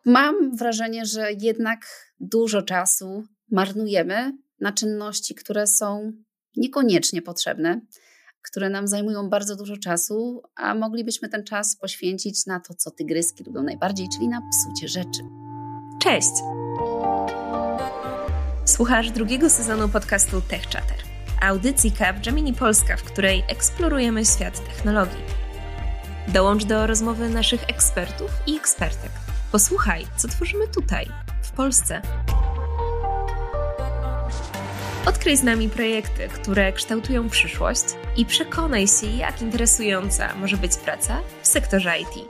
Mam wrażenie, że jednak dużo czasu marnujemy na czynności, które są niekoniecznie potrzebne, które nam zajmują bardzo dużo czasu, a moglibyśmy ten czas poświęcić na to, co tygryski lubią najbardziej, czyli na psucie rzeczy. Cześć! Słuchasz drugiego sezonu podcastu Tech Chatter, audycji Capgemini Polska, w której eksplorujemy świat technologii. Dołącz do rozmowy naszych ekspertów i ekspertek. Posłuchaj, co tworzymy tutaj, w Polsce. Odkryj z nami projekty, które kształtują przyszłość i przekonaj się, jak interesująca może być praca w sektorze IT.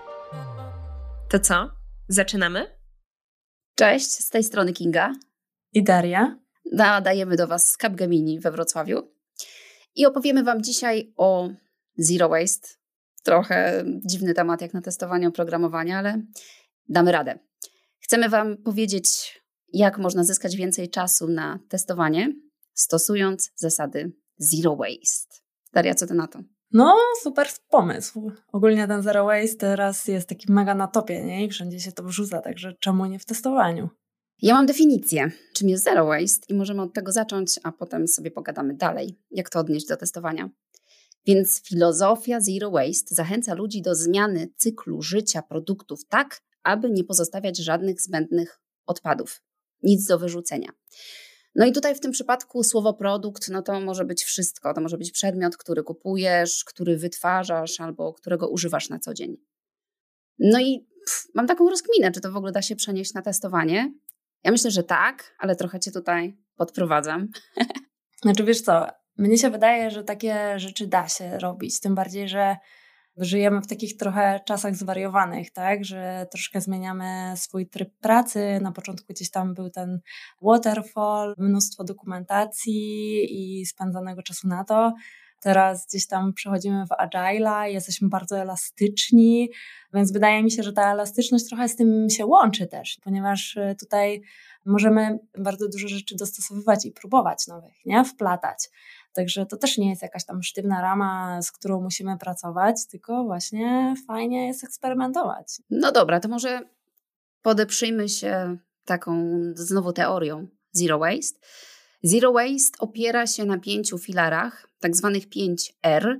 To co? Zaczynamy? Cześć, z tej strony Kinga i Daria. Nadajemy do Was z Capgemini we Wrocławiu i opowiemy Wam dzisiaj o Zero Waste. Trochę dziwny temat jak na testowanie oprogramowania, ale damy radę. Chcemy Wam powiedzieć, jak można zyskać więcej czasu na testowanie, stosując zasady Zero Waste. Daria, co Ty na to? No, super pomysł. Ogólnie ten Zero Waste teraz jest taki mega na topie, nie? I wszędzie się to wrzuca, także czemu nie w testowaniu? Ja mam definicję, czym jest Zero Waste i możemy od tego zacząć, a potem sobie pogadamy dalej, jak to odnieść do testowania. Więc filozofia Zero Waste zachęca ludzi do zmiany cyklu życia produktów tak, aby nie pozostawiać żadnych zbędnych odpadów. Nic do wyrzucenia. No i tutaj w tym przypadku słowo produkt, no to może być wszystko. To może być przedmiot, który kupujesz, który wytwarzasz albo którego używasz na co dzień. No i mam taką rozkminę, czy to w ogóle da się przenieść na testowanie. Ja myślę, że tak, ale trochę Cię tutaj podprowadzam. Znaczy wiesz co, mnie się wydaje, że takie rzeczy da się robić, tym bardziej, że żyjemy w takich trochę czasach zwariowanych, tak, że troszkę zmieniamy swój tryb pracy. Na początku gdzieś tam był ten waterfall, mnóstwo dokumentacji i spędzonego czasu na to. Teraz gdzieś tam przechodzimy w agile'a, jesteśmy bardzo elastyczni, więc wydaje mi się, że ta elastyczność trochę z tym się łączy też, ponieważ tutaj możemy bardzo dużo rzeczy dostosowywać i próbować nowych, nie? Wplatać. Także to też nie jest jakaś tam sztywna rama, z którą musimy pracować, tylko właśnie fajnie jest eksperymentować. No dobra, to może podeprzyjmy się taką znowu teorią Zero Waste. Zero Waste opiera się na 5 filarach, tak zwanych 5R,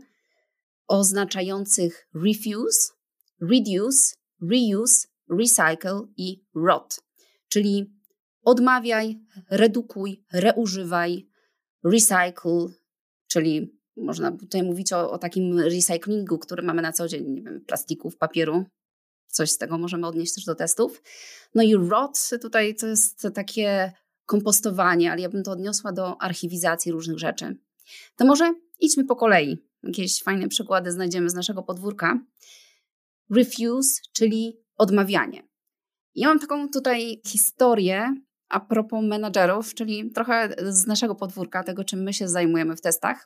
oznaczających refuse, reduce, reuse, recycle i rot. Czyli odmawiaj, redukuj, reużywaj, recycle, czyli można tutaj mówić o takim recyklingu, który mamy na co dzień, nie wiem, plastików, papieru. Coś z tego możemy odnieść też do testów. No i rot tutaj to jest takie kompostowanie, ale ja bym to odniosła do archiwizacji różnych rzeczy. To może idźmy po kolei. Jakieś fajne przykłady znajdziemy z naszego podwórka. Refuse, czyli odmawianie. Ja mam taką tutaj historię a propos menadżerów, czyli trochę z naszego podwórka, tego czym my się zajmujemy w testach.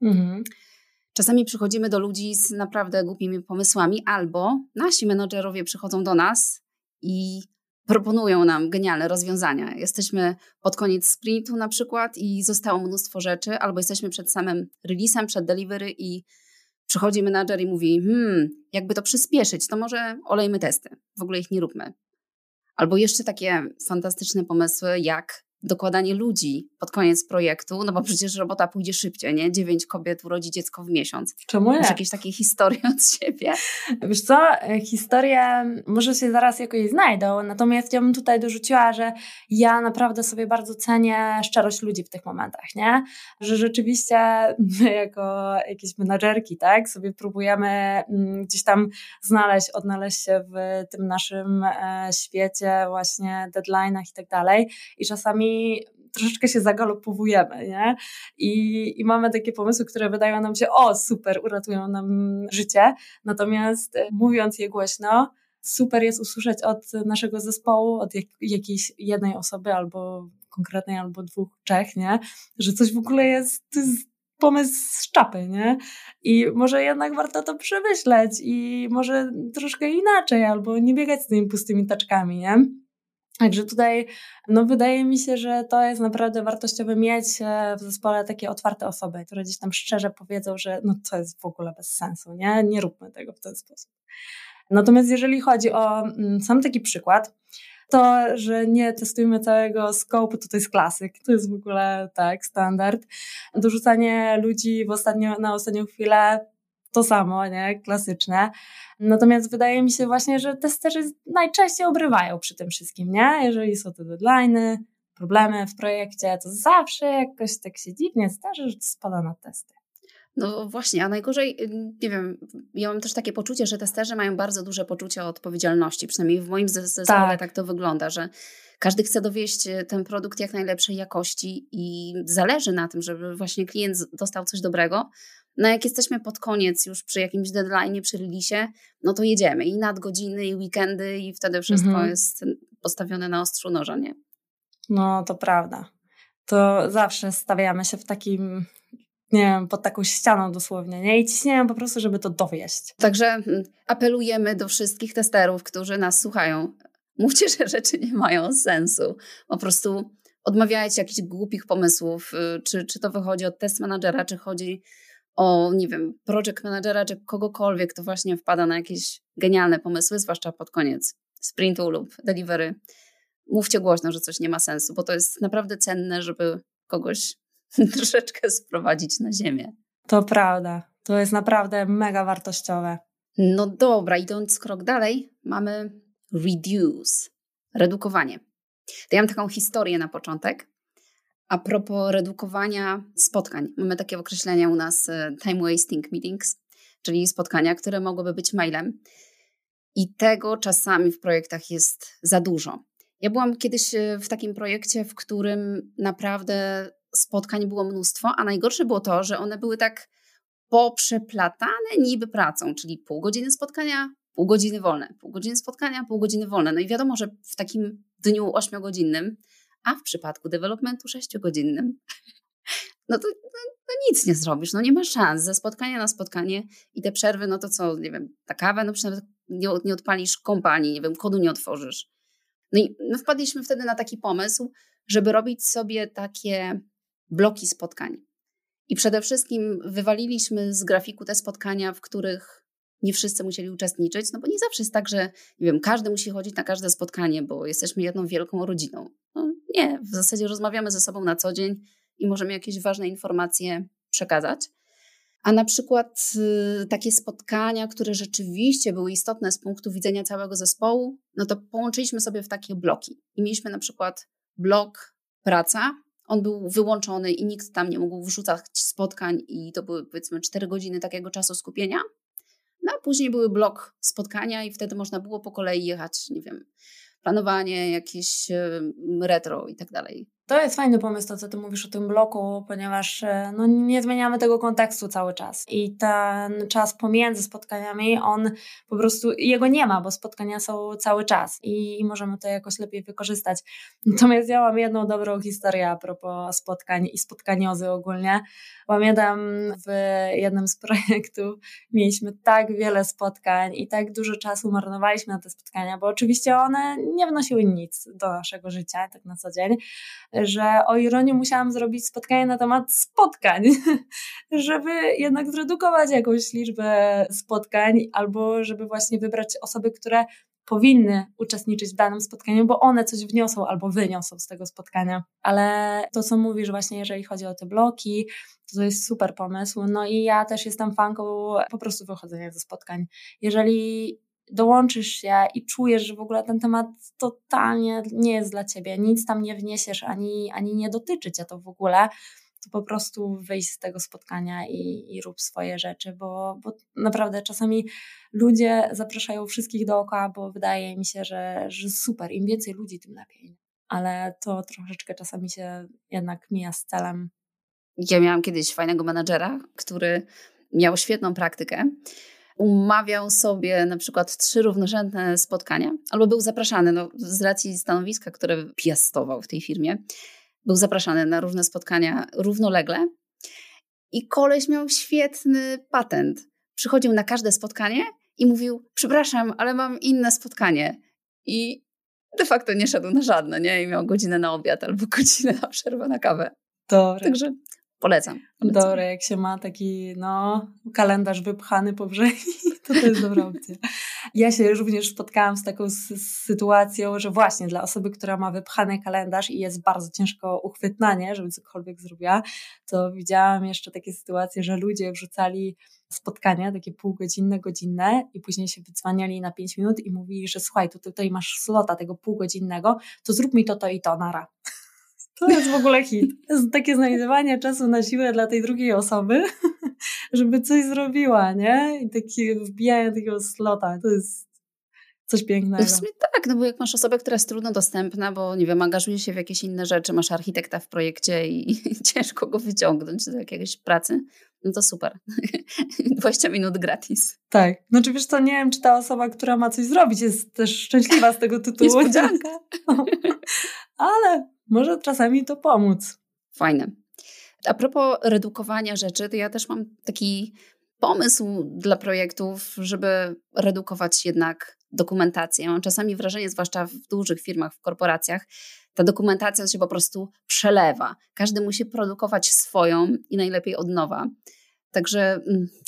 Czasami przychodzimy do ludzi z naprawdę głupimi pomysłami albo nasi menadżerowie przychodzą do nas i proponują nam genialne rozwiązania. Jesteśmy pod koniec sprintu na przykład i zostało mnóstwo rzeczy, albo jesteśmy przed samym release'em, przed delivery i przychodzi menadżer i mówi jakby to przyspieszyć, to może olejmy testy, w ogóle ich nie róbmy. Albo jeszcze takie fantastyczne pomysły jak dokładanie ludzi pod koniec projektu, no bo przecież robota pójdzie szybciej, nie? 9 kobiet urodzi dziecko w miesiąc. Czemu nie? Masz jakieś takie historie od siebie? Wiesz co, historie może się zaraz jakoś znajdą, natomiast ja bym tutaj dorzuciła, że ja naprawdę sobie bardzo cenię szczerość ludzi w tych momentach, nie? Że rzeczywiście my jako jakieś menadżerki, tak, sobie próbujemy gdzieś tam odnaleźć się w tym naszym świecie właśnie deadline'ach i tak dalej i czasami troszeczkę się zagalopowujemy, nie? I mamy takie pomysły, które wydają nam się, super, uratują nam życie, natomiast mówiąc je głośno, super jest usłyszeć od naszego zespołu, od jakiejś jednej osoby albo konkretnej, albo 2, 3, nie? Że coś w ogóle to jest pomysł z czapy, nie? I może jednak warto to przemyśleć i może troszkę inaczej, albo nie biegać z tymi pustymi taczkami, nie? Także tutaj wydaje mi się, że to jest naprawdę wartościowe mieć w zespole takie otwarte osoby, które gdzieś tam szczerze powiedzą, że to jest w ogóle bez sensu, nie róbmy tego w ten sposób. Natomiast jeżeli chodzi o sam taki przykład, to, że nie testujemy całego scope'u, to jest klasyk. To jest w ogóle tak, standard. Dorzucanie ludzi na ostatnią chwilę to samo, nie? Klasyczne. Natomiast wydaje mi się właśnie, że testerzy najczęściej obrywają przy tym wszystkim, nie? Jeżeli są te deadline'y, problemy w projekcie, to zawsze jakoś tak się dziwnie zdarzy, że to spada na testy. No właśnie, a najgorzej, nie wiem, ja mam też takie poczucie, że testerzy mają bardzo duże poczucie odpowiedzialności, przynajmniej w moim zespole tak to wygląda, że każdy chce dowieść ten produkt jak najlepszej jakości i zależy na tym, żeby właśnie klient dostał coś dobrego. No jak jesteśmy pod koniec już przy jakimś deadline'ie, przy release'ie, no to jedziemy i nadgodziny, i weekendy i wtedy wszystko jest postawione na ostrzu noża, nie? No to prawda. To zawsze stawiamy się w takim, nie wiem, pod taką ścianą dosłownie, nie? I ciśniemy po prostu, żeby to dowieść. Także apelujemy do wszystkich testerów, którzy nas słuchają. Mówcie, że rzeczy nie mają sensu. Po prostu odmawiajcie jakichś głupich pomysłów, czy to wychodzi od test managera, czy chodzi o, nie wiem, project managera, czy kogokolwiek, kto właśnie wpada na jakieś genialne pomysły, zwłaszcza pod koniec sprintu lub delivery. Mówcie głośno, że coś nie ma sensu, bo to jest naprawdę cenne, żeby kogoś troszeczkę sprowadzić na ziemię. To prawda. To jest naprawdę mega wartościowe. No dobra, idąc krok dalej, mamy reduce, redukowanie. To ja mam taką historię na początek. A propos redukowania spotkań. Mamy takie określenia u nas time wasting meetings, czyli spotkania, które mogłyby być mailem. I tego czasami w projektach jest za dużo. Ja byłam kiedyś w takim projekcie, w którym naprawdę spotkań było mnóstwo, a najgorsze było to, że one były tak poprzeplatane niby pracą, czyli pół godziny spotkania, pół godziny wolne, pół godziny spotkania, pół godziny wolne. No i wiadomo, że w takim dniu 8-godzinnym, a w przypadku developmentu 6-godzinnym, no to nic nie zrobisz, no nie ma szans. Ze spotkania na spotkanie i te przerwy, no to co, nie wiem, ta kawę, no przynajmniej nie odpalisz kompanii, nie wiem, kodu nie otworzysz. No i my wpadliśmy wtedy na taki pomysł, żeby robić sobie takie bloki spotkań. I przede wszystkim wywaliliśmy z grafiku te spotkania, w których nie wszyscy musieli uczestniczyć, no bo nie zawsze jest tak, że nie wiem, każdy musi chodzić na każde spotkanie, bo jesteśmy jedną wielką rodziną. No nie, w zasadzie rozmawiamy ze sobą na co dzień i możemy jakieś ważne informacje przekazać. A na przykład takie spotkania, które rzeczywiście były istotne z punktu widzenia całego zespołu, no to połączyliśmy sobie w takie bloki. I mieliśmy na przykład blok praca, on był wyłączony i nikt tam nie mógł wrzucać spotkań i to były powiedzmy 4 godziny takiego czasu skupienia. No a później były blok spotkania i wtedy można było po kolei jechać, nie wiem, planowanie, jakieś retro i tak dalej. To jest fajny pomysł, to co ty mówisz o tym bloku, ponieważ nie zmieniamy tego kontekstu cały czas i ten czas pomiędzy spotkaniami, on po prostu, jego nie ma, bo spotkania są cały czas i możemy to jakoś lepiej wykorzystać. Natomiast ja mam jedną dobrą historię a propos spotkań i spotkaniozy ogólnie. Pamiętam w jednym z projektów mieliśmy tak wiele spotkań i tak dużo czasu marnowaliśmy na te spotkania, bo oczywiście one nie wnosiły nic do naszego życia, tak na co dzień, że o ironię musiałam zrobić spotkanie na temat spotkań, żeby jednak zredukować jakąś liczbę spotkań albo żeby właśnie wybrać osoby, które powinny uczestniczyć w danym spotkaniu, bo one coś wniosą albo wyniosą z tego spotkania. Ale to, co mówisz właśnie, jeżeli chodzi o te bloki, to jest super pomysł. No i ja też jestem fanką po prostu wychodzenia ze spotkań. Jeżeli dołączysz się i czujesz, że w ogóle ten temat totalnie nie jest dla ciebie, nic tam nie wniesiesz, ani nie dotyczy cię to w ogóle, to po prostu wyjść z tego spotkania i rób swoje rzeczy, bo naprawdę czasami ludzie zapraszają wszystkich dookoła, bo wydaje mi się, że super, im więcej ludzi, tym lepiej. Ale to troszeczkę czasami się jednak mija z celem. Ja miałam kiedyś fajnego menadżera, który miał świetną praktykę. Umawiał sobie na przykład 3 równorzędne spotkania, albo był zapraszany z racji stanowiska, które piastował w tej firmie, był zapraszany na różne spotkania równolegle i koleś miał świetny patent. Przychodził na każde spotkanie i mówił: przepraszam, ale mam inne spotkanie. I de facto nie szedł na żadne, nie? I miał godzinę na obiad albo godzinę na przerwę na kawę. Dobre. Także polecam. Dobre, jak się ma taki kalendarz wypchany po brzegi, to jest dobra opcja. Ja się również spotkałam z taką sytuacją, że właśnie dla osoby, która ma wypchany kalendarz i jest bardzo ciężko uchwytna, nie, żeby cokolwiek zrobiła, to widziałam jeszcze takie sytuacje, że ludzie wrzucali spotkania, takie półgodzinne, godzinne i później się wydzwaniali na 5 minut i mówili, że słuchaj, tutaj masz slota tego półgodzinnego, to zrób mi to i to, nara. To jest w ogóle hit. To jest takie znajdowanie czasu na siłę dla tej drugiej osoby, żeby coś zrobiła, nie? I takie wbijanie takiego slota. To jest coś pięknego. W sumie tak, no bo jak masz osobę, która jest trudno dostępna, bo nie wiem, angażuje się w jakieś inne rzeczy, masz architekta w projekcie i ciężko go wyciągnąć do jakiejś pracy, no to super. 20 minut gratis. Tak. Znaczy wiesz co, nie wiem, czy ta osoba, która ma coś zrobić, jest też szczęśliwa z tego tytułu. Niespodzianka. Ale może czasami to pomóc. Fajne. A propos redukowania rzeczy, to ja też mam taki pomysł dla projektów, żeby redukować jednak dokumentację. Mam czasami wrażenie, zwłaszcza w dużych firmach, w korporacjach, ta dokumentacja się po prostu przelewa. Każdy musi produkować swoją i najlepiej od nowa. Także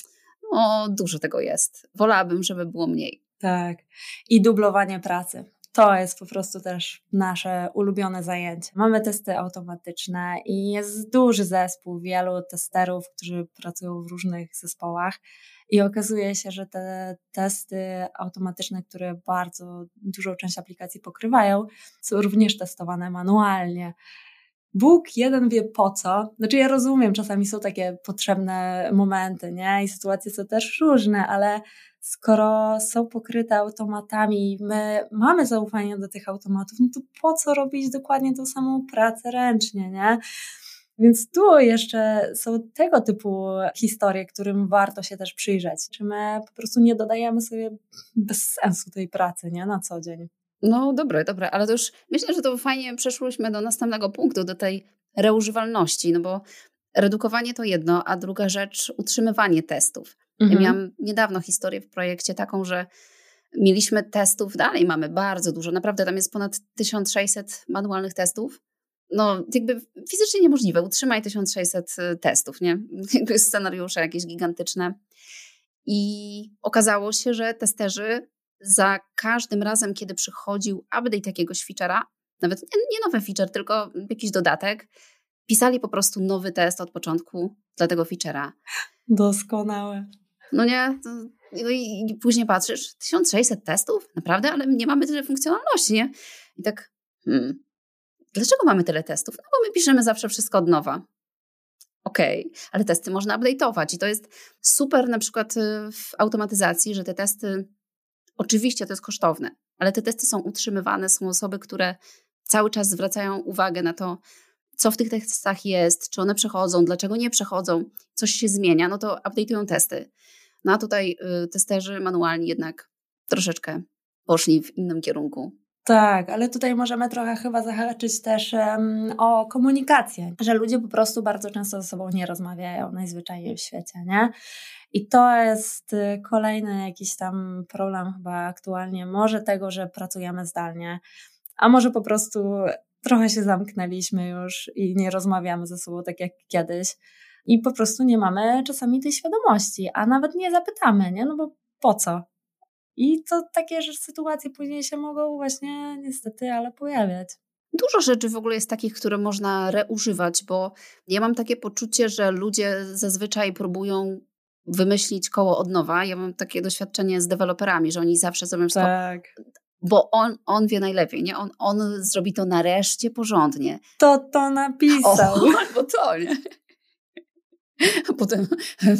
dużo tego jest. Wolałabym, żeby było mniej. Tak. I dublowanie pracy. To jest po prostu też nasze ulubione zajęcie. Mamy testy automatyczne i jest duży zespół, wielu testerów, którzy pracują w różnych zespołach i okazuje się, że te testy automatyczne, które bardzo dużą część aplikacji pokrywają, są również testowane manualnie. Bóg jeden wie po co. Znaczy ja rozumiem, czasami są takie potrzebne momenty, nie? I sytuacje są też różne, ale skoro są pokryte automatami, my mamy zaufanie do tych automatów, no to po co robić dokładnie tą samą pracę ręcznie, nie? Więc tu jeszcze są tego typu historie, którym warto się też przyjrzeć. Czy my po prostu nie dodajemy sobie bez sensu tej pracy, nie? Na co dzień. No dobre, ale to już myślę, że to fajnie przeszłyśmy do następnego punktu, do tej reużywalności, no bo redukowanie to jedno, a druga rzecz utrzymywanie testów. Ja miałam niedawno historię w projekcie taką, że mieliśmy testów, dalej mamy bardzo dużo, naprawdę tam jest ponad 1600 manualnych testów. No jakby fizycznie niemożliwe, utrzymaj 1600 testów, nie? Jakby scenariusze jakieś gigantyczne. I okazało się, że testerzy za każdym razem, kiedy przychodził update jakiegoś feature'a, nawet nie nowy feature, tylko jakiś dodatek, pisali po prostu nowy test od początku dla tego feature'a. Doskonałe. No nie? No i później patrzysz, 1600 testów? Naprawdę? Ale nie mamy tyle funkcjonalności, nie? I tak, dlaczego mamy tyle testów? No bo my piszemy zawsze wszystko od nowa. Okej, ale testy można update'ować i to jest super na przykład w automatyzacji, że te testy, oczywiście to jest kosztowne, ale te testy są utrzymywane, są osoby, które cały czas zwracają uwagę na to, co w tych testach jest, czy one przechodzą, dlaczego nie przechodzą, coś się zmienia, no to update'ują testy. No a tutaj testerzy manualni jednak troszeczkę poszli w innym kierunku. Tak, ale tutaj możemy trochę chyba zahaczyć też o komunikację, że ludzie po prostu bardzo często ze sobą nie rozmawiają najzwyczajniej w świecie, nie? I to jest kolejny jakiś tam problem chyba aktualnie, może tego, że pracujemy zdalnie, a może po prostu trochę się zamknęliśmy już i nie rozmawiamy ze sobą tak jak kiedyś i po prostu nie mamy czasami tej świadomości, a nawet nie zapytamy, nie? No bo po co? I to takie sytuacje później się mogą właśnie niestety, ale pojawiać. Dużo rzeczy w ogóle jest takich, które można reużywać, bo ja mam takie poczucie, że ludzie zazwyczaj próbują wymyślić koło od nowa. Ja mam takie doświadczenie z deweloperami, że oni zawsze zrobią wszystko, tak. Bo on wie najlepiej, nie? On zrobi to nareszcie porządnie. To napisał. Albo to, nie? A potem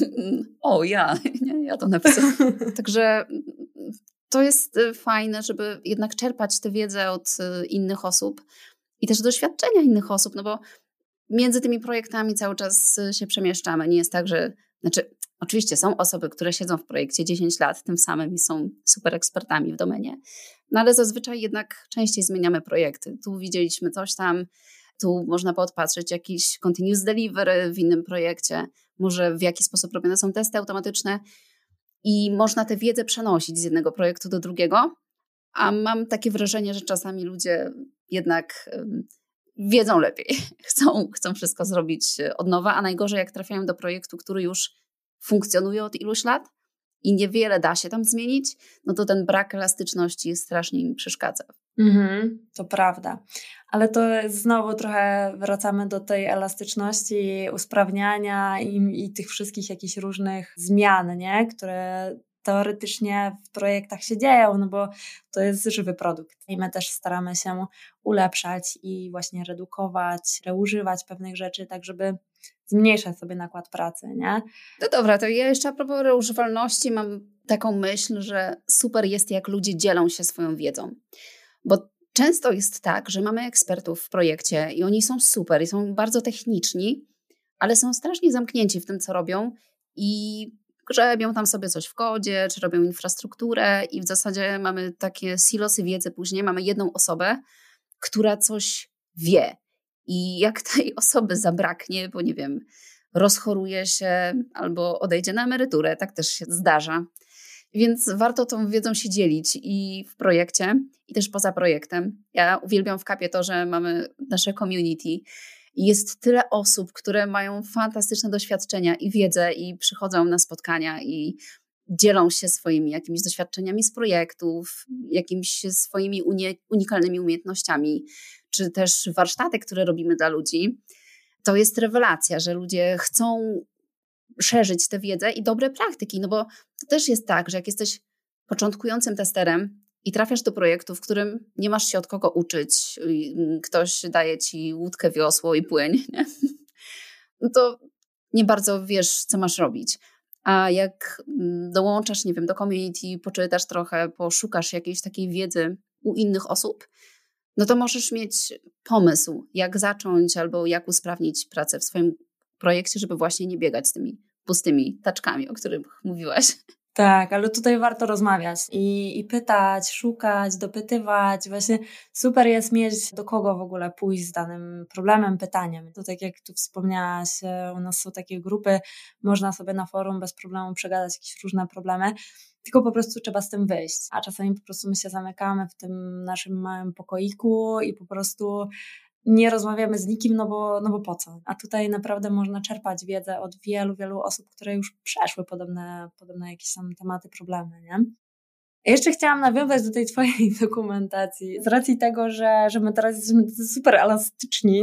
ja to napisałam. Także to jest fajne, żeby jednak czerpać tę wiedzę od innych osób i też doświadczenia innych osób, no bo między tymi projektami cały czas się przemieszczamy. Nie jest tak, że... oczywiście są osoby, które siedzą w projekcie 10 lat tym samym i są super ekspertami w domenie, no ale zazwyczaj jednak częściej zmieniamy projekty. Tu widzieliśmy coś tam, tu można podpatrzeć jakiś continuous delivery w innym projekcie, może w jaki sposób robione są testy automatyczne i można tę wiedzę przenosić z jednego projektu do drugiego, A mam takie wrażenie, że czasami ludzie jednak wiedzą lepiej. Chcą wszystko zrobić od nowa, a najgorzej jak trafiają do projektu, który już funkcjonuje od iluś lat i niewiele da się tam zmienić, no to ten brak elastyczności strasznie im przeszkadza. To prawda. Ale to znowu trochę wracamy do tej elastyczności, usprawniania i tych wszystkich jakichś różnych zmian, nie? Które teoretycznie w projektach się dzieją, no bo to jest żywy produkt i my też staramy się ulepszać i właśnie redukować, reużywać pewnych rzeczy, tak żeby zmniejszać sobie nakład pracy, nie? No dobra, to ja jeszcze a propos reużywalności mam taką myśl, że super jest, jak ludzie dzielą się swoją wiedzą. Bo często jest tak, że mamy ekspertów w projekcie i oni są super i są bardzo techniczni, ale są strasznie zamknięci w tym, co robią i grzebią tam sobie coś w kodzie, czy robią infrastrukturę i w zasadzie mamy takie silosy wiedzy później. Mamy jedną osobę, która coś wie i jak tej osoby zabraknie, bo nie wiem, rozchoruje się albo odejdzie na emeryturę, tak też się zdarza. Więc warto tą wiedzą się dzielić i w projekcie, i też poza projektem. Ja uwielbiam w Kapie to, że mamy nasze community i jest tyle osób, które mają fantastyczne doświadczenia i wiedzę i przychodzą na spotkania i dzielą się swoimi jakimiś doświadczeniami z projektów, jakimiś swoimi unikalnymi umiejętnościami, czy też warsztaty, które robimy dla ludzi. To jest rewelacja, że ludzie chcą szerzyć tę wiedzę i dobre praktyki, no bo to też jest tak, że jak jesteś początkującym testerem i trafiasz do projektu, w którym nie masz się od kogo uczyć, ktoś daje ci łódkę, wiosło i płyń, nie? No to nie bardzo wiesz, co masz robić. A jak dołączasz, nie wiem, do community, poczytasz trochę, poszukasz jakiejś takiej wiedzy u innych osób, no to możesz mieć pomysł, jak zacząć albo jak usprawnić pracę w swoim projekcie, żeby właśnie nie biegać z tymi pustymi taczkami, o których mówiłaś. Tak, ale tutaj warto rozmawiać i pytać, szukać, dopytywać. Właśnie super jest mieć do kogo w ogóle pójść z danym problemem, pytaniem. To tak jak tu wspomniałaś, u nas są takie grupy, można sobie na forum bez problemu przegadać jakieś różne problemy, tylko po prostu trzeba z tym wyjść. A czasami po prostu my się zamykamy w tym naszym małym pokoiku i po prostu nie rozmawiamy z nikim, no bo po co? A tutaj naprawdę można czerpać wiedzę od wielu, wielu osób, które już przeszły podobne jakieś tam tematy, problemy, nie? Ja jeszcze chciałam nawiązać do tej twojej dokumentacji z racji tego, że my teraz jesteśmy super elastyczni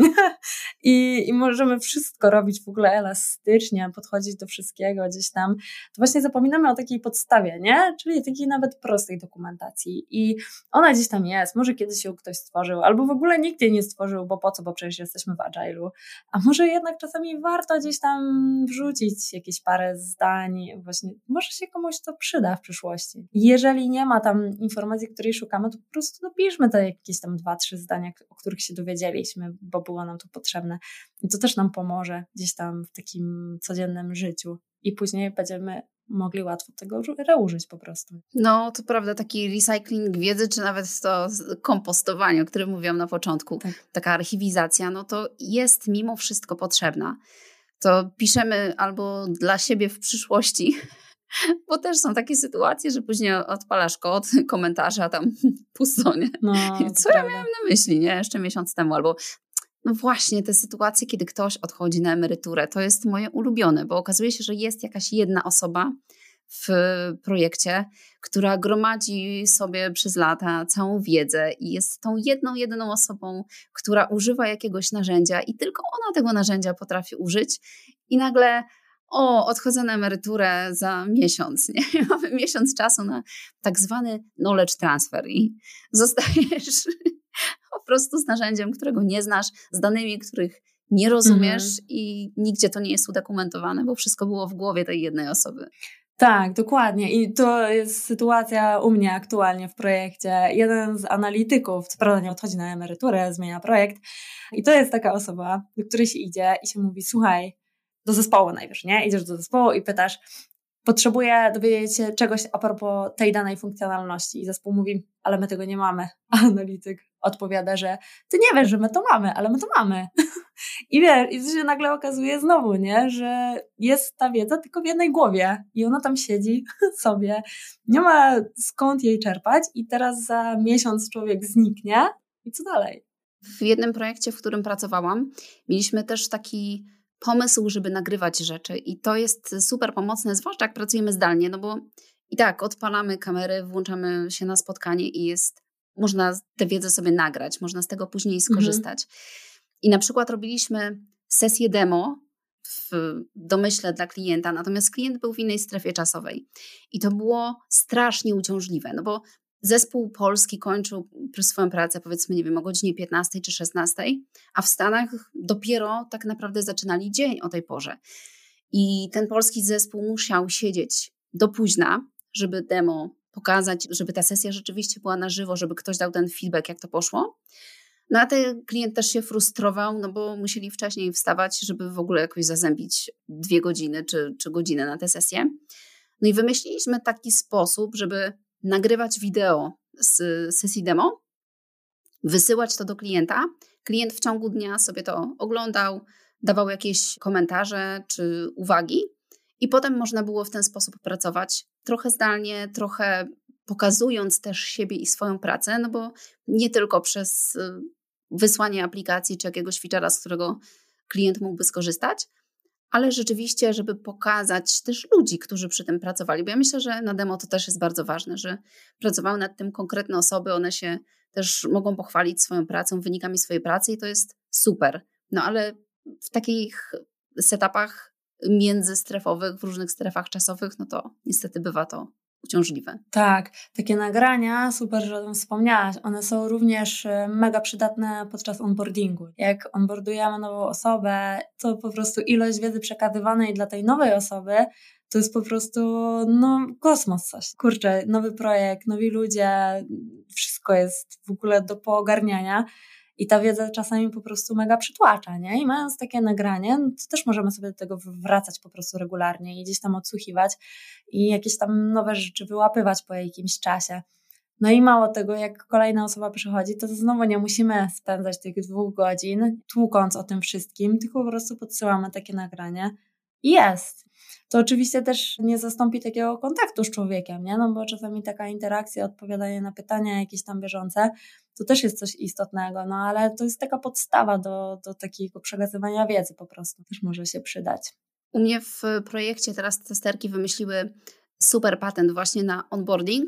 i możemy wszystko robić w ogóle elastycznie, podchodzić do wszystkiego gdzieś tam, to właśnie zapominamy o takiej podstawie, nie? Czyli takiej nawet prostej dokumentacji i ona gdzieś tam jest, może kiedyś ją ktoś stworzył, albo w ogóle nikt jej nie stworzył, bo po co, bo przecież jesteśmy w Agile'u, a może jednak czasami warto gdzieś tam wrzucić jakieś parę zdań, właśnie może się komuś to przyda w przyszłości. Jeżeli nie ma tam informacji, której szukamy, to po prostu dopiszmy te jakieś tam 2-3 zdania, o których się dowiedzieliśmy, bo było nam to potrzebne. I to też nam pomoże gdzieś tam w takim codziennym życiu. I później będziemy mogli łatwo tego reużyć po prostu. No, to prawda, taki recycling wiedzy, czy nawet to kompostowanie, o którym mówiłam na początku, tak. Taka archiwizacja, no to jest mimo wszystko potrzebna. To piszemy albo dla siebie w przyszłości, bo też są takie sytuacje, że później odpalasz kod, komentarze, a tam pusto, nie? No, co ja miałam na myśli, nie? Jeszcze miesiąc temu, albo no właśnie te sytuacje, kiedy ktoś odchodzi na emeryturę, to jest moje ulubione, bo okazuje się, że jest jakaś jedna osoba w projekcie, która gromadzi sobie przez lata całą wiedzę i jest tą jedyną osobą, która używa jakiegoś narzędzia i tylko ona tego narzędzia potrafi użyć i nagle odchodzę na emeryturę za miesiąc, nie? Mamy miesiąc czasu na tak zwany knowledge transfer i zostajesz po prostu z narzędziem, którego nie znasz, z danymi, których nie rozumiesz i nigdzie to nie jest udokumentowane, bo wszystko było w głowie tej jednej osoby. Tak, dokładnie. I to jest sytuacja u mnie aktualnie w projekcie. Jeden z analityków, co prawda nie odchodzi na emeryturę, zmienia projekt i to jest taka osoba, do której się idzie i się mówi, słuchaj, do zespołu najpierw, nie? Idziesz do zespołu i pytasz, potrzebuję dowiedzieć się czegoś a propos tej danej funkcjonalności i zespół mówi, ale my tego nie mamy. A analityk odpowiada, że ty nie wiesz, że my to mamy, ale my to mamy. I wiesz, i to się nagle okazuje znowu, nie, że jest ta wiedza tylko w jednej głowie i ona tam siedzi sobie, nie ma skąd jej czerpać i teraz za miesiąc człowiek zniknie i co dalej? W jednym projekcie, w którym pracowałam, mieliśmy też taki pomysł, żeby nagrywać rzeczy i to jest super pomocne, zwłaszcza jak pracujemy zdalnie, no bo i tak odpalamy kamery, włączamy się na spotkanie i można tę wiedzę sobie nagrać, można z tego później skorzystać. I na przykład robiliśmy sesję demo w domyśle dla klienta, natomiast klient był w innej strefie czasowej i to było strasznie uciążliwe, no bo zespół polski kończył swoją pracę, powiedzmy, nie wiem, o godzinie 15 czy 16, a w Stanach dopiero tak naprawdę zaczynali dzień o tej porze. I ten polski zespół musiał siedzieć do późna, żeby demo pokazać, żeby ta sesja rzeczywiście była na żywo, żeby ktoś dał ten feedback, jak to poszło. No a ten klient też się frustrował, no bo musieli wcześniej wstawać, żeby w ogóle jakoś zazębić 2 godziny czy godzinę na tę sesję. No i wymyśliliśmy taki sposób, żeby nagrywać wideo z sesji demo, wysyłać to do klienta. Klient w ciągu dnia sobie to oglądał, dawał jakieś komentarze czy uwagi i potem można było w ten sposób pracować trochę zdalnie, trochę pokazując też siebie i swoją pracę, no bo nie tylko przez wysłanie aplikacji czy jakiegoś feature'a, z którego klient mógłby skorzystać, ale rzeczywiście, żeby pokazać też ludzi, którzy przy tym pracowali. Bo ja myślę, że na demo to też jest bardzo ważne, że pracowały nad tym konkretne osoby, one się też mogą pochwalić swoją pracą, wynikami swojej pracy i to jest super. No ale w takich setupach międzystrefowych, w różnych strefach czasowych, no to niestety bywa to uciążliwe. Tak, takie nagrania, super, że o tym wspomniałaś, one są również mega przydatne podczas onboardingu. Jak onboardujemy nową osobę, to po prostu ilość wiedzy przekazywanej dla tej nowej osoby to jest po prostu kosmos coś. Kurczę, nowy projekt, nowi ludzie, wszystko jest w ogóle do poogarniania. I ta wiedza czasami po prostu mega przytłacza, nie? I mając takie nagranie, to też możemy sobie do tego wracać po prostu regularnie i gdzieś tam odsłuchiwać i jakieś tam nowe rzeczy wyłapywać po jakimś czasie. No i mało tego, jak kolejna osoba przychodzi, to znowu nie musimy spędzać tych 2 godzin tłukąc o tym wszystkim, tylko po prostu podsyłamy takie nagranie i jest. To oczywiście też nie zastąpi takiego kontaktu z człowiekiem, nie? No bo czasami taka interakcja, odpowiadanie na pytania jakieś tam bieżące, to też jest coś istotnego, no ale to jest taka podstawa do takiego przekazywania wiedzy po prostu, też może się przydać. U mnie w projekcie teraz testerki wymyśliły super patent właśnie na onboarding.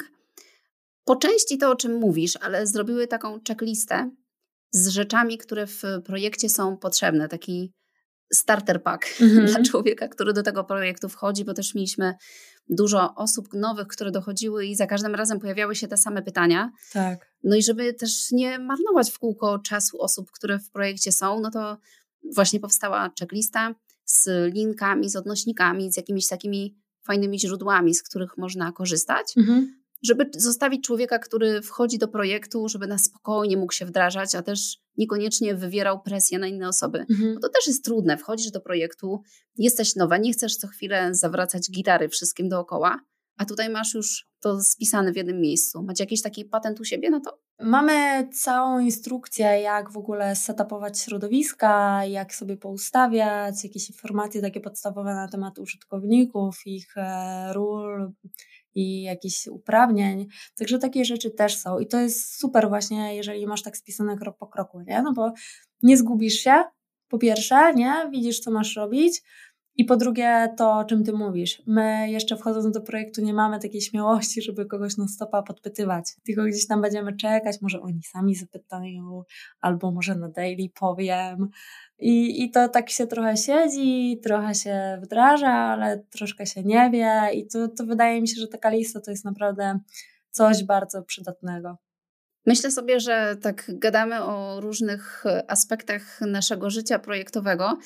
Po części to, o czym mówisz, ale zrobiły taką checklistę z rzeczami, które w projekcie są potrzebne, taki starter pack dla człowieka, który do tego projektu wchodzi, bo też mieliśmy dużo osób nowych, które dochodziły i za każdym razem pojawiały się te same pytania. Tak. No i żeby też nie marnować w kółko czasu osób, które w projekcie są, no to właśnie powstała checklista z linkami, z odnośnikami, z jakimiś takimi fajnymi źródłami, z których można korzystać, żeby zostawić człowieka, który wchodzi do projektu, żeby na spokojnie mógł się wdrażać, a też niekoniecznie wywierał presję na inne osoby. Bo to też jest trudne. Wchodzisz do projektu, jesteś nowa, nie chcesz co chwilę zawracać gitary wszystkim dookoła, a tutaj masz już to spisane w jednym miejscu. Macie jakiś taki patent u siebie na to? Mamy całą instrukcję, jak w ogóle setupować środowiska, jak sobie poustawiać, jakieś informacje takie podstawowe na temat użytkowników, ich ról i jakichś uprawnień. Także takie rzeczy też są i to jest super właśnie, jeżeli masz tak spisane krok po kroku, nie? No bo nie zgubisz się, po pierwsze, nie? Widzisz, co masz robić. I po drugie to, o czym ty mówisz. My jeszcze wchodząc do projektu nie mamy takiej śmiałości, żeby kogoś non stopa podpytywać. Tylko gdzieś tam będziemy czekać, może oni sami zapytają, albo może na daily powiem. I to tak się trochę siedzi, trochę się wdraża, ale troszkę się nie wie. I to wydaje mi się, że taka lista to jest naprawdę coś bardzo przydatnego. Myślę sobie, że tak gadamy o różnych aspektach naszego życia projektowego,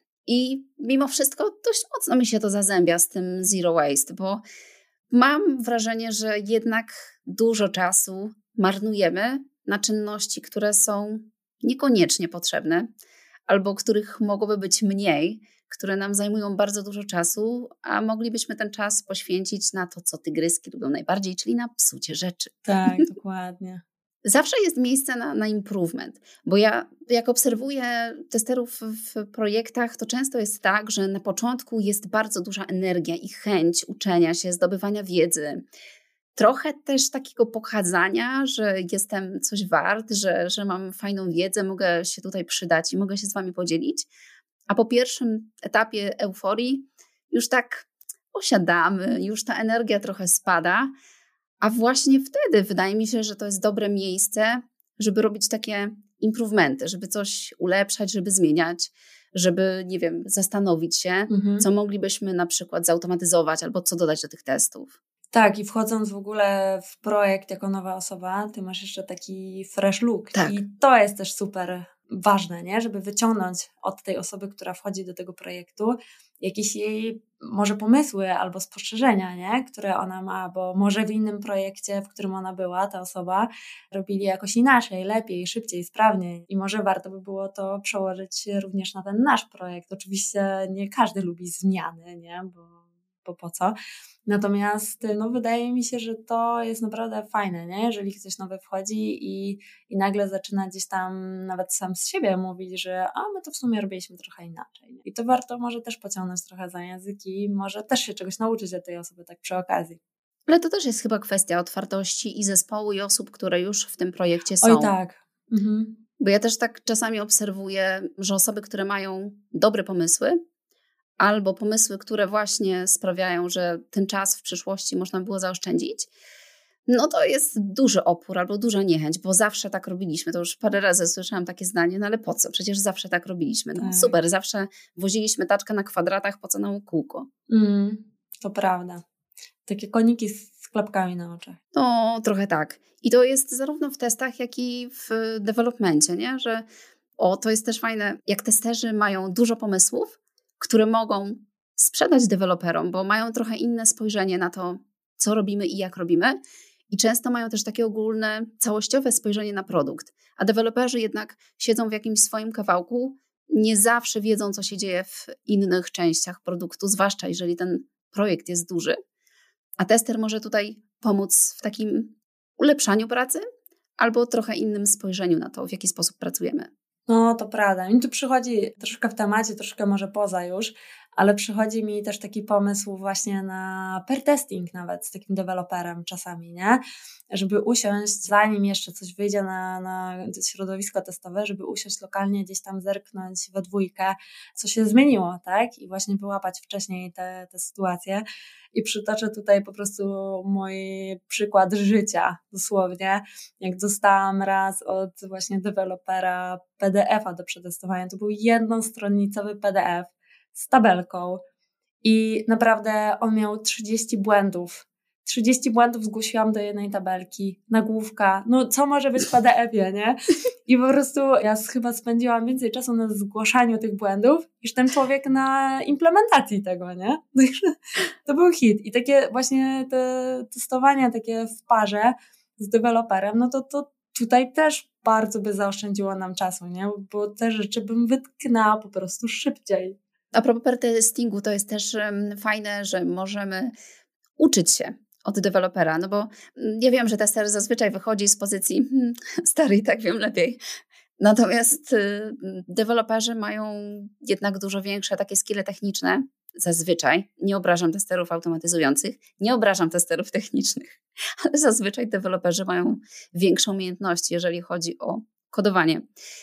i mimo wszystko dość mocno mi się to zazębia z tym zero waste, bo mam wrażenie, że jednak dużo czasu marnujemy na czynności, które są niekoniecznie potrzebne albo których mogłoby być mniej, które nam zajmują bardzo dużo czasu, a moglibyśmy ten czas poświęcić na to, co tygryski lubią najbardziej, czyli na psucie rzeczy. Tak, dokładnie. Zawsze jest miejsce na improvement, bo ja jak obserwuję testerów w projektach, to często jest tak, że na początku jest bardzo duża energia i chęć uczenia się, zdobywania wiedzy. Trochę też takiego pokazania, że jestem coś wart, że mam fajną wiedzę, mogę się tutaj przydać i mogę się z wami podzielić. A po pierwszym etapie euforii już tak osiadamy, już ta energia trochę spada, a właśnie wtedy wydaje mi się, że to jest dobre miejsce, żeby robić takie improvementy, żeby coś ulepszać, żeby zmieniać, żeby, nie wiem, zastanowić się, co moglibyśmy na przykład zautomatyzować albo co dodać do tych testów. Tak, i wchodząc w ogóle w projekt jako nowa osoba, ty masz jeszcze taki fresh look. Tak. I to jest też super ważne, nie? Żeby wyciągnąć od tej osoby, która wchodzi do tego projektu, jakieś jej może pomysły albo spostrzeżenia, nie? Które ona ma, bo może w innym projekcie, w którym ona była, ta osoba, robili jakoś inaczej, lepiej, szybciej, sprawniej i może warto by było to przełożyć również na ten nasz projekt. Oczywiście nie każdy lubi zmiany, nie? Bo po co? Natomiast wydaje mi się, że to jest naprawdę fajne, nie? Jeżeli ktoś nowy wchodzi i nagle zaczyna gdzieś tam nawet sam z siebie mówić, że my to w sumie robiliśmy trochę inaczej. Nie? I to warto może też pociągnąć trochę za język i może też się czegoś nauczyć od tej osoby tak przy okazji. Ale to też jest chyba kwestia otwartości i zespołu i osób, które już w tym projekcie są. Oj tak. Bo ja też tak czasami obserwuję, że osoby, które mają dobre pomysły, albo pomysły, które właśnie sprawiają, że ten czas w przyszłości można było zaoszczędzić, no to jest duży opór albo duża niechęć, bo zawsze tak robiliśmy. To już parę razy słyszałam takie zdanie, no ale po co? Przecież zawsze tak robiliśmy. No super, zawsze woziliśmy taczkę na kwadratach, po co nam kółko? To prawda. Takie koniki z klapkami na oczach. No, trochę tak. I to jest zarówno w testach, jak i w developmencie, nie? Że to jest też fajne, jak testerzy mają dużo pomysłów, które mogą sprzedać deweloperom, bo mają trochę inne spojrzenie na to, co robimy i jak robimy. I często mają też takie ogólne, całościowe spojrzenie na produkt. A deweloperzy jednak siedzą w jakimś swoim kawałku, nie zawsze wiedzą, co się dzieje w innych częściach produktu, zwłaszcza jeżeli ten projekt jest duży. A tester może tutaj pomóc w takim ulepszaniu pracy albo trochę innym spojrzeniu na to, w jaki sposób pracujemy. No, to prawda. Mi tu przychodzi troszkę w temacie, troszkę może poza już, ale przychodzi mi też taki pomysł właśnie na pair testing nawet z takim deweloperem czasami, nie? Żeby usiąść, zanim jeszcze coś wyjdzie na środowisko testowe, żeby usiąść lokalnie, gdzieś tam zerknąć we dwójkę, co się zmieniło, tak? I właśnie wyłapać wcześniej te sytuacje. I przytoczę tutaj po prostu mój przykład życia, dosłownie. Jak dostałam raz od właśnie dewelopera PDF-a do przetestowania, to był jednostronicowy PDF z tabelką i naprawdę on miał 30 błędów. 30 błędów zgłosiłam do jednej tabelki, nagłówka, no co może być w PDF-ie, nie? I po prostu ja chyba spędziłam więcej czasu na zgłaszaniu tych błędów niż ten człowiek na implementacji tego, nie? To był hit. I takie właśnie te testowania takie w parze z deweloperem, no to tutaj też bardzo by zaoszczędziło nam czasu, nie? Bo te rzeczy bym wytknęła po prostu szybciej. A propos pair testingu, to jest też fajne, że możemy uczyć się od dewelopera, no bo ja wiem, że tester zazwyczaj wychodzi z pozycji stary i tak wiem lepiej. Natomiast deweloperzy mają jednak dużo większe takie skille techniczne, zazwyczaj. Nie obrażam testerów automatyzujących, nie obrażam testerów technicznych, ale zazwyczaj deweloperzy mają większą umiejętność, jeżeli chodzi o kodowanie.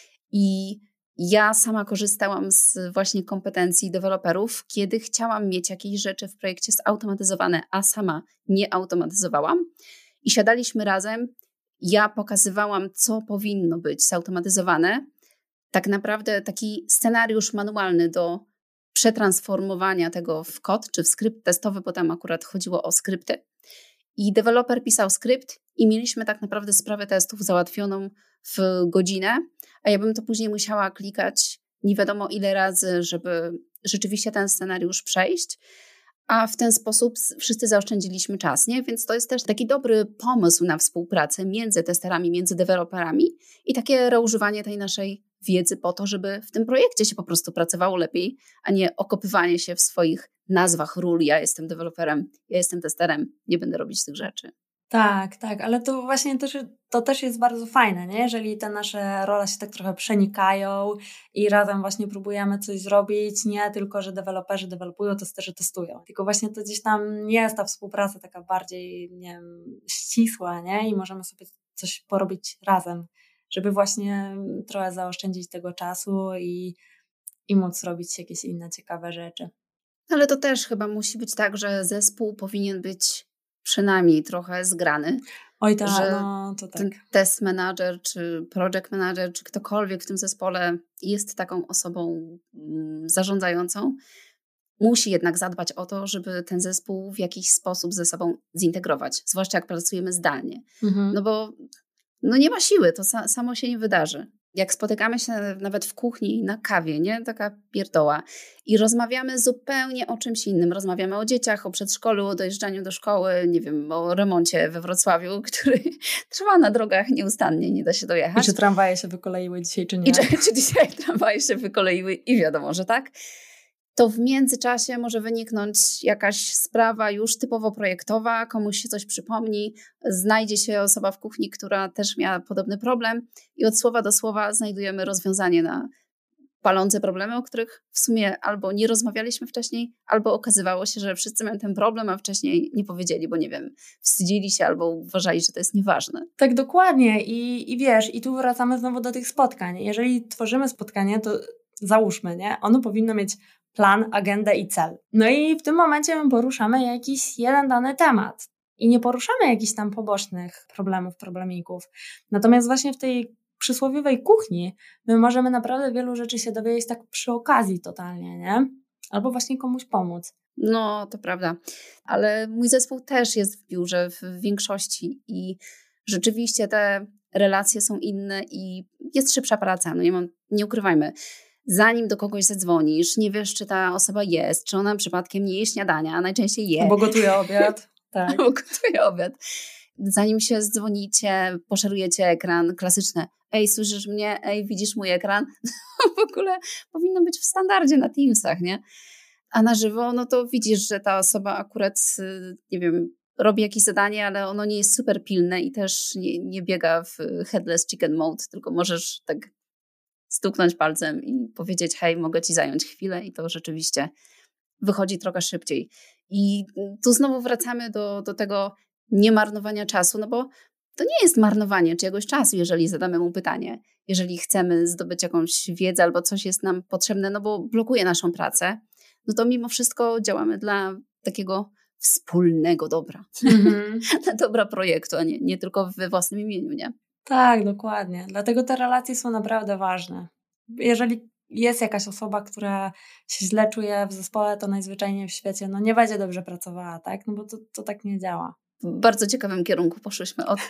I ja sama korzystałam z właśnie kompetencji deweloperów, kiedy chciałam mieć jakieś rzeczy w projekcie zautomatyzowane, a sama nie automatyzowałam. I siadaliśmy razem, ja pokazywałam, co powinno być zautomatyzowane. Tak naprawdę taki scenariusz manualny do przetransformowania tego w kod czy w skrypt testowy, bo tam akurat chodziło o skrypty. I deweloper pisał skrypt i mieliśmy tak naprawdę sprawę testów załatwioną w godzinę, a ja bym to później musiała klikać nie wiadomo ile razy, żeby rzeczywiście ten scenariusz przejść, a w ten sposób wszyscy zaoszczędziliśmy czas, nie? Więc to jest też taki dobry pomysł na współpracę między testerami, między deweloperami i takie reużywanie tej naszej wiedzy po to, żeby w tym projekcie się po prostu pracowało lepiej, a nie okopywanie się w swoich nazwach ról. Ja jestem deweloperem, ja jestem testerem, nie będę robić tych rzeczy. Tak, ale to właśnie to też jest bardzo fajne, nie? Jeżeli te nasze role się tak trochę przenikają i razem właśnie próbujemy coś zrobić, nie tylko, że deweloperzy dewelopują, testerzy testują, tylko właśnie to gdzieś tam jest ta współpraca taka bardziej, nie wiem, ścisła, nie? I możemy sobie coś porobić razem, żeby właśnie trochę zaoszczędzić tego czasu i móc robić jakieś inne ciekawe rzeczy. Ale to też chyba musi być tak, że zespół powinien być przynajmniej trochę zgrany. Oj tak, że to tak. Ten test manager, czy project manager, czy ktokolwiek w tym zespole jest taką osobą zarządzającą, musi jednak zadbać o to, żeby ten zespół w jakiś sposób ze sobą zintegrować, zwłaszcza jak pracujemy zdalnie. No bo nie ma siły, to samo się nie wydarzy. Jak spotykamy się nawet w kuchni na kawie, nie? Taka pierdoła i rozmawiamy zupełnie o czymś innym. Rozmawiamy o dzieciach, o przedszkolu, o dojeżdżaniu do szkoły, nie wiem, o remoncie we Wrocławiu, który trwa na drogach nieustannie, nie da się dojechać. I czy tramwaje się wykoleiły dzisiaj, czy nie? I czy dzisiaj tramwaje się wykoleiły i wiadomo, że tak. To w międzyczasie może wyniknąć jakaś sprawa już typowo projektowa, komuś się coś przypomni, znajdzie się osoba w kuchni, która też miała podobny problem i od słowa do słowa znajdujemy rozwiązanie na palące problemy, o których w sumie albo nie rozmawialiśmy wcześniej, albo okazywało się, że wszyscy mają ten problem, a wcześniej nie powiedzieli, bo nie wiem, wstydzili się albo uważali, że to jest nieważne. Tak, dokładnie. I wiesz, i tu wracamy znowu do tych spotkań. Jeżeli tworzymy spotkanie, to załóżmy, nie? Ono powinno mieć plan, agendę i cel. No i w tym momencie my poruszamy jakiś jeden dany temat i nie poruszamy jakichś tam pobocznych problemików. Natomiast właśnie w tej przysłowiowej kuchni my możemy naprawdę wielu rzeczy się dowiedzieć tak przy okazji totalnie, nie? Albo właśnie komuś pomóc. No, to prawda. Ale mój zespół też jest w biurze w większości i rzeczywiście te relacje są inne i jest szybsza praca. No nie ukrywajmy. Zanim do kogoś zadzwonisz, nie wiesz, czy ta osoba jest, czy ona przypadkiem nie je śniadania, a najczęściej je. Albo gotuje obiad. Tak. Albo gotuje obiad. Zanim się zdzwonicie, poszerujecie ekran, klasyczne. Ej, słyszysz mnie? Ej, widzisz mój ekran? W ogóle powinno być w standardzie na Teamsach, nie? A na żywo, no to widzisz, że ta osoba akurat, nie wiem, robi jakieś zadanie, ale ono nie jest super pilne i też nie biega w headless chicken mode, tylko możesz tak stuknąć palcem i powiedzieć, hej, mogę ci zająć chwilę i to rzeczywiście wychodzi trochę szybciej. I tu znowu wracamy do tego niemarnowania czasu, no bo to nie jest marnowanie czyjegoś czasu, jeżeli zadamy mu pytanie, jeżeli chcemy zdobyć jakąś wiedzę albo coś jest nam potrzebne, no bo blokuje naszą pracę, no to mimo wszystko działamy dla takiego wspólnego dobra, dla dobra projektu, a nie tylko we własnym imieniu, nie? Tak, dokładnie. Dlatego te relacje są naprawdę ważne. Jeżeli jest jakaś osoba, która się źle czuje w zespole, to najzwyczajniej w świecie nie będzie dobrze pracowała, tak? No bo to tak nie działa. W bardzo ciekawym kierunku poszłyśmy od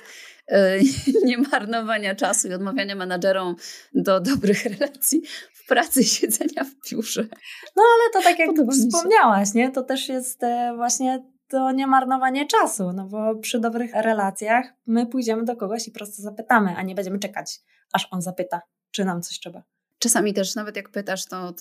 niemarnowania czasu i odmawiania menadżerom do dobrych relacji w pracy i siedzenia w biurze. No ale to tak jak wspomniałaś, nie? To też jest właśnie to niemarnowanie czasu, no bo przy dobrych relacjach my pójdziemy do kogoś i prosto zapytamy, a nie będziemy czekać, aż on zapyta, czy nam coś trzeba. Czasami też nawet jak pytasz, to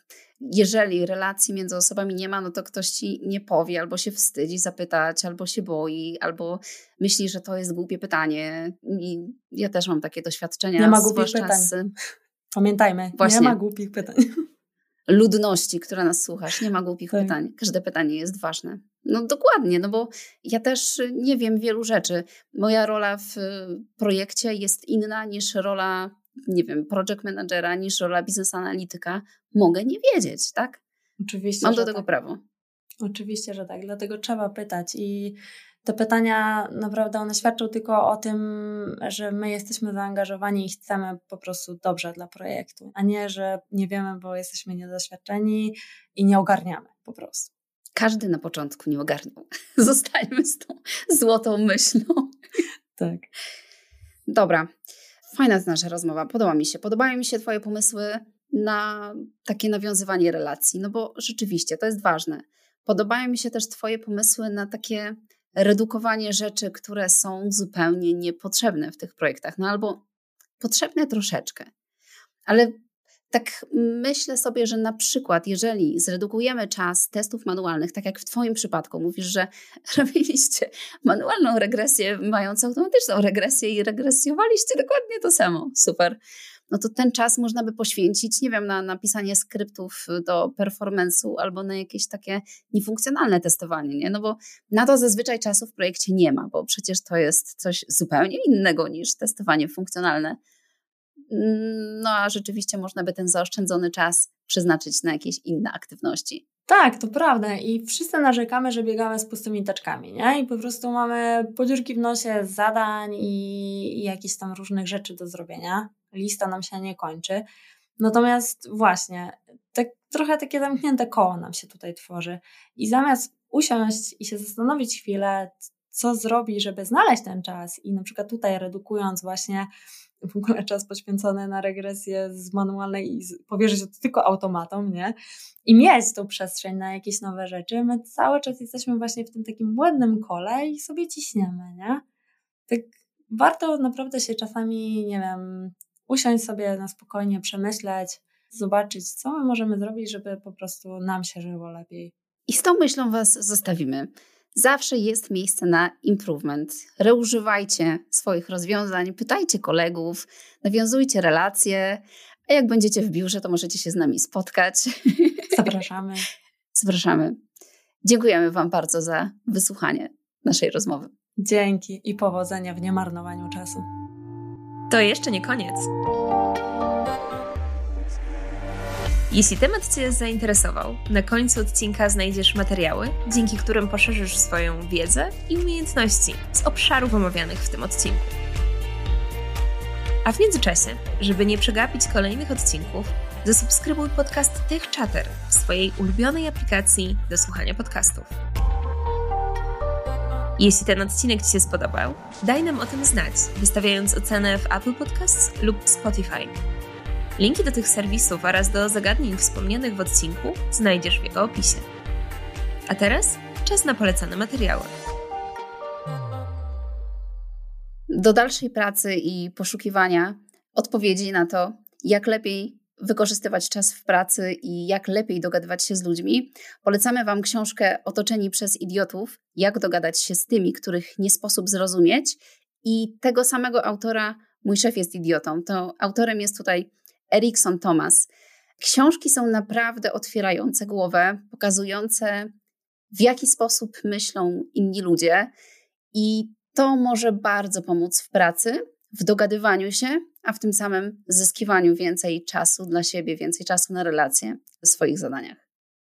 jeżeli relacji między osobami nie ma, no to ktoś ci nie powie, albo się wstydzi zapytać, albo się boi, albo myśli, że to jest głupie pytanie. I ja też mam takie doświadczenia. Nie ma głupich pytań. Pamiętajmy, właśnie, nie ma głupich pytań. Ludności, która nas słuchasz, nie ma głupich pytań. Każde pytanie jest ważne. No dokładnie, no bo ja też nie wiem wielu rzeczy. Moja rola w projekcie jest inna niż rola, nie wiem, project managera, niż rola biznes analityka. Mogę nie wiedzieć, tak? Oczywiście, mam do tego prawo. Oczywiście, że tak. Dlatego trzeba pytać i te pytania naprawdę one świadczą tylko o tym, że my jesteśmy zaangażowani i chcemy po prostu dobrze dla projektu, a nie, że nie wiemy, bo jesteśmy niedoświadczeni i nie ogarniamy po prostu. Każdy na początku nie ogarniał. Zostańmy z tą złotą myślą. Tak. Dobra. Fajna jest nasza rozmowa. Podobają mi się twoje pomysły na takie nawiązywanie relacji, no bo rzeczywiście to jest ważne. Podobają mi się też twoje pomysły na takie redukowanie rzeczy, które są zupełnie niepotrzebne w tych projektach, no albo potrzebne troszeczkę. Ale tak myślę sobie, że na przykład jeżeli zredukujemy czas testów manualnych, tak jak w Twoim przypadku, mówisz, że robiliście manualną regresję, mając automatyczną regresję i regresjowaliście dokładnie to samo. Super. No to ten czas można by poświęcić, nie wiem, na napisanie skryptów do performance'u albo na jakieś takie niefunkcjonalne testowanie, nie? No bo na to zazwyczaj czasu w projekcie nie ma, bo przecież to jest coś zupełnie innego niż testowanie funkcjonalne. No a rzeczywiście można by ten zaoszczędzony czas przeznaczyć na jakieś inne aktywności. Tak, to prawda i wszyscy narzekamy, że biegamy z pustymi taczkami, nie? I po prostu mamy podziurki w nosie zadań i jakieś tam różnych rzeczy do zrobienia. Lista nam się nie kończy. Natomiast właśnie, tak trochę takie zamknięte koło nam się tutaj tworzy. I zamiast usiąść i się zastanowić chwilę, co zrobić, żeby znaleźć ten czas i na przykład tutaj redukując właśnie w ogóle czas poświęcony na regresję z manualnej i powierzyć to tylko automatom, nie? I mieć tą przestrzeń na jakieś nowe rzeczy, my cały czas jesteśmy właśnie w tym takim błędnym kole i sobie ciśniemy, nie? Tak warto naprawdę się czasami, nie wiem, usiąść sobie na spokojnie, przemyśleć, zobaczyć, co my możemy zrobić, żeby po prostu nam się żyło lepiej. I z tą myślą Was zostawimy. Zawsze jest miejsce na improvement. Reużywajcie swoich rozwiązań, pytajcie kolegów, nawiązujcie relacje, a jak będziecie w biurze, to możecie się z nami spotkać. Zapraszamy. Zapraszamy. Dziękujemy Wam bardzo za wysłuchanie naszej rozmowy. Dzięki i powodzenia w niemarnowaniu czasu. To jeszcze nie koniec. Jeśli temat Cię zainteresował, na końcu odcinka znajdziesz materiały, dzięki którym poszerzysz swoją wiedzę i umiejętności z obszarów omawianych w tym odcinku. A w międzyczasie, żeby nie przegapić kolejnych odcinków, zasubskrybuj podcast TechChatter w swojej ulubionej aplikacji do słuchania podcastów. Jeśli ten odcinek Ci się spodobał, daj nam o tym znać, wystawiając ocenę w Apple Podcasts lub Spotify. Linki do tych serwisów oraz do zagadnień wspomnianych w odcinku znajdziesz w jego opisie. A teraz czas na polecane materiały. Do dalszej pracy i poszukiwania odpowiedzi na to, jak lepiej wykorzystywać czas w pracy i jak lepiej dogadywać się z ludźmi, polecamy Wam książkę Otoczeni przez idiotów, jak dogadać się z tymi, których nie sposób zrozumieć, i tego samego autora Mój szef jest idiotą. To autorem jest tutaj Erikson Thomas. Książki są naprawdę otwierające głowę, pokazujące, w jaki sposób myślą inni ludzie, i to może bardzo pomóc w pracy, w dogadywaniu się, a w tym samym zyskiwaniu więcej czasu dla siebie, więcej czasu na relacje w swoich zadaniach.